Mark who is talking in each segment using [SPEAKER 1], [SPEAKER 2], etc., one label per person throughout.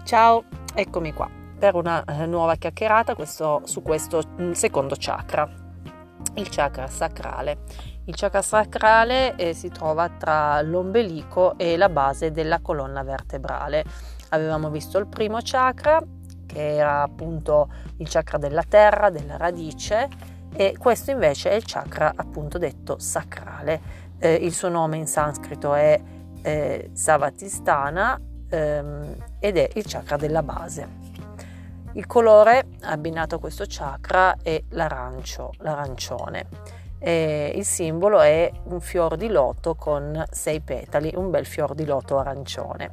[SPEAKER 1] Ciao, eccomi qua per una nuova chiacchierata su questo secondo chakra, il chakra sacrale. Il chakra sacrale si trova tra l'ombelico e la base della colonna vertebrale. Avevamo visto il primo chakra, che era appunto il chakra della terra, della radice, e questo invece è il chakra appunto detto sacrale. Il suo nome in sanscrito è Svadhisthana ed è il chakra della base. Il colore abbinato a questo chakra è l'arancione. Il simbolo è un fior di loto con 6 petali, un bel fior di loto arancione.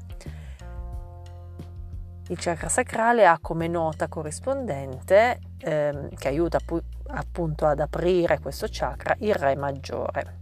[SPEAKER 1] Il chakra sacrale ha come nota corrispondente, che aiuta appunto ad aprire questo chakra, il re maggiore.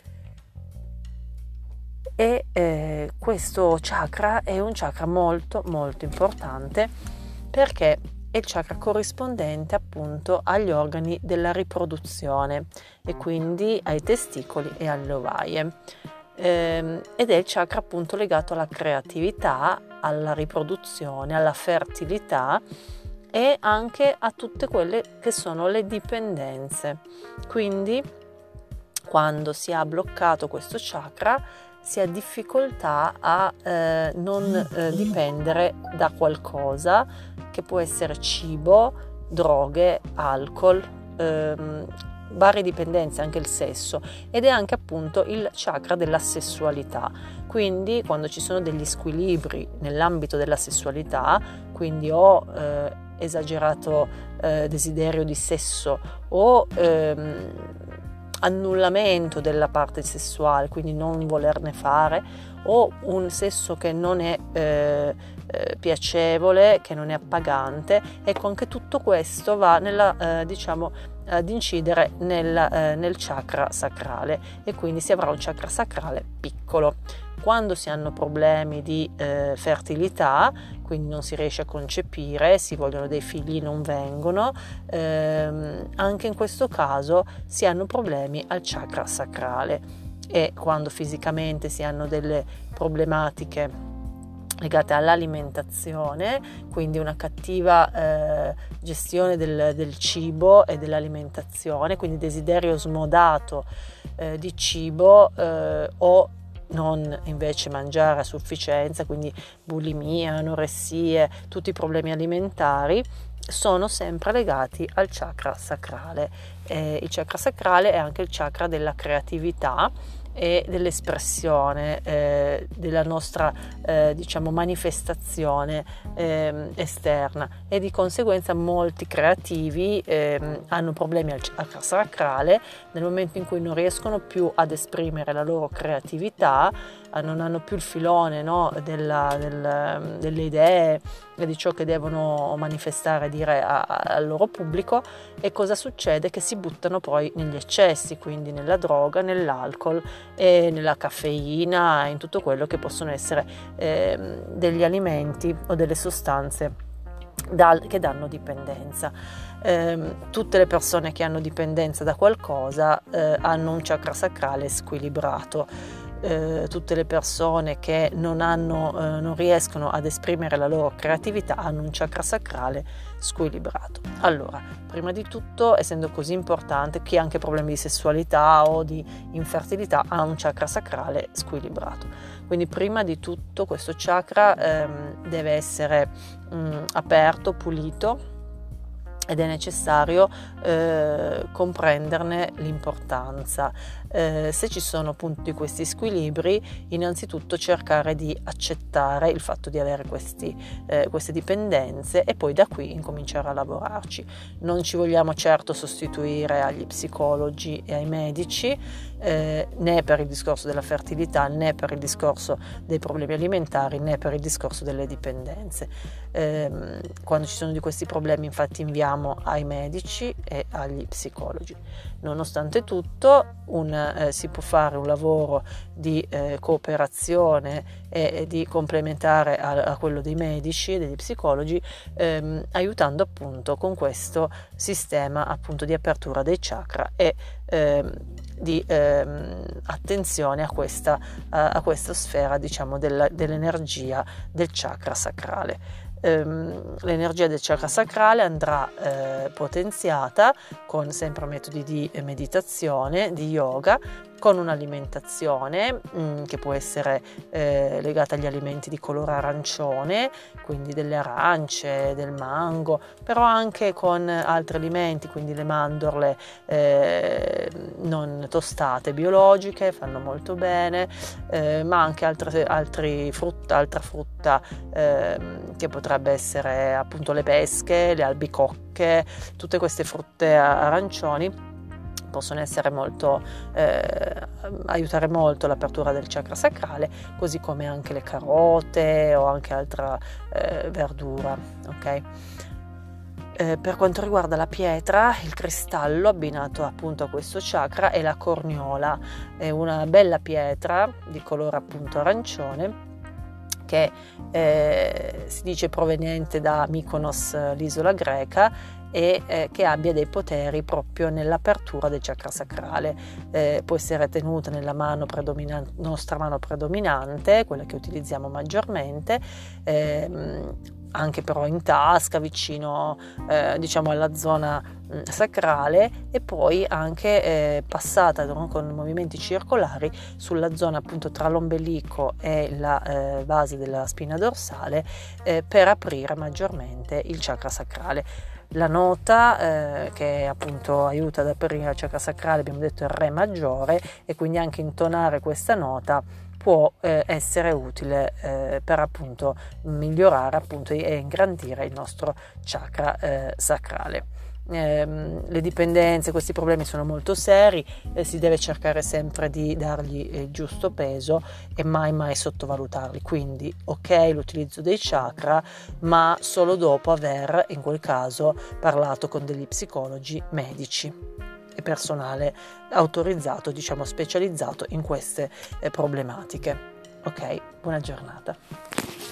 [SPEAKER 1] E questo chakra è un chakra molto molto importante perché è il chakra corrispondente appunto agli organi della riproduzione e quindi ai testicoli e alle ovaie. Ed è il chakra appunto legato alla creatività, alla riproduzione, alla fertilità e anche a tutte quelle che sono le dipendenze. Quindi quando si ha bloccato questo chakra si ha difficoltà a non dipendere da qualcosa che può essere cibo, droghe, alcol, varie dipendenze, anche il sesso, ed è anche appunto il chakra della sessualità. Quindi quando ci sono degli squilibri nell'ambito della sessualità, quindi ho esagerato desiderio di sesso o annullamento della parte sessuale, quindi non volerne fare, o un sesso che non è piacevole, che non è appagante, ecco, anche tutto questo va ad incidere nel chakra sacrale e quindi si avrà un chakra sacrale piccolo. Quando si hanno problemi di fertilità, quindi non si riesce a concepire, si vogliono dei figli, non vengono, anche in questo caso si hanno problemi al chakra sacrale. E quando fisicamente si hanno delle problematiche legate all'alimentazione, quindi una cattiva gestione del cibo e dell'alimentazione, quindi desiderio smodato di cibo o non invece mangiare a sufficienza, quindi bulimia, anoressie, tutti i problemi alimentari sono sempre legati al chakra sacrale. Il chakra sacrale è anche il chakra della creatività e dell'espressione della nostra manifestazione esterna, e di conseguenza molti creativi hanno problemi al chakra sacrale nel momento in cui non riescono più ad esprimere la loro creatività, non hanno più il filone, no, delle idee e di ciò che devono manifestare e dire al loro pubblico. E cosa succede? Che si buttano poi negli eccessi, quindi nella droga, nell'alcol e nella caffeina, in tutto quello che possono essere degli alimenti o delle sostanze che danno dipendenza. Tutte le persone che hanno dipendenza da qualcosa hanno un chakra sacrale squilibrato. Tutte le persone che non riescono ad esprimere la loro creatività hanno un chakra sacrale squilibrato. Allora, prima di tutto, essendo così importante, chi ha anche problemi di sessualità o di infertilità ha un chakra sacrale squilibrato. Quindi prima di tutto questo chakra deve essere aperto, pulito, ed è necessario comprenderne l'importanza. Se ci sono appunto questi squilibri, innanzitutto cercare di accettare il fatto di avere queste dipendenze e poi da qui incominciare a lavorarci. Non ci vogliamo certo sostituire agli psicologi e ai medici, né per il discorso della fertilità, né per il discorso dei problemi alimentari, né per il discorso delle dipendenze. Quando ci sono di questi problemi, infatti, inviamo ai medici e agli psicologi. Nonostante tutto, si può fare un lavoro di cooperazione e di complementare a quello dei medici e degli psicologi, aiutando appunto con questo sistema appunto di apertura dei chakra e di attenzione a questa sfera, diciamo, dell'energia del chakra sacrale. l'energia del chakra sacrale andrà potenziata con sempre metodi di meditazione, di yoga, con un'alimentazione che può essere legata agli alimenti di colore arancione, quindi delle arance, del mango, però anche con altri alimenti, quindi le mandorle non tostate, biologiche, fanno molto bene, ma anche altra frutta che potrebbe essere appunto le pesche, le albicocche, tutte queste frutte arancioni possono essere aiutare molto l'apertura del chakra sacrale, così come anche le carote o anche altra verdura, ok? Per quanto riguarda la pietra, il cristallo abbinato appunto a questo chakra è la corniola, è una bella pietra di colore appunto arancione che si dice proveniente da Mykonos, l'isola greca, e che abbia dei poteri proprio nell'apertura del chakra sacrale. Può essere tenuta nella nostra mano predominante, quella che utilizziamo maggiormente, anche però in tasca, vicino diciamo alla zona sacrale, e poi anche passata con movimenti circolari sulla zona appunto tra l'ombelico e la base della spina dorsale, per aprire maggiormente il chakra sacrale. La nota che appunto aiuta ad aprire il chakra sacrale, abbiamo detto, è il Re maggiore, e quindi anche intonare questa nota può essere utile per appunto migliorare appunto e ingrandire il nostro chakra sacrale. Le dipendenze, questi problemi sono molto seri, si deve cercare sempre di dargli il giusto peso e mai sottovalutarli. Quindi ok l'utilizzo dei chakra, ma solo dopo aver in quel caso parlato con degli psicologi medici e personale autorizzato, diciamo specializzato in queste problematiche. Ok, buona giornata.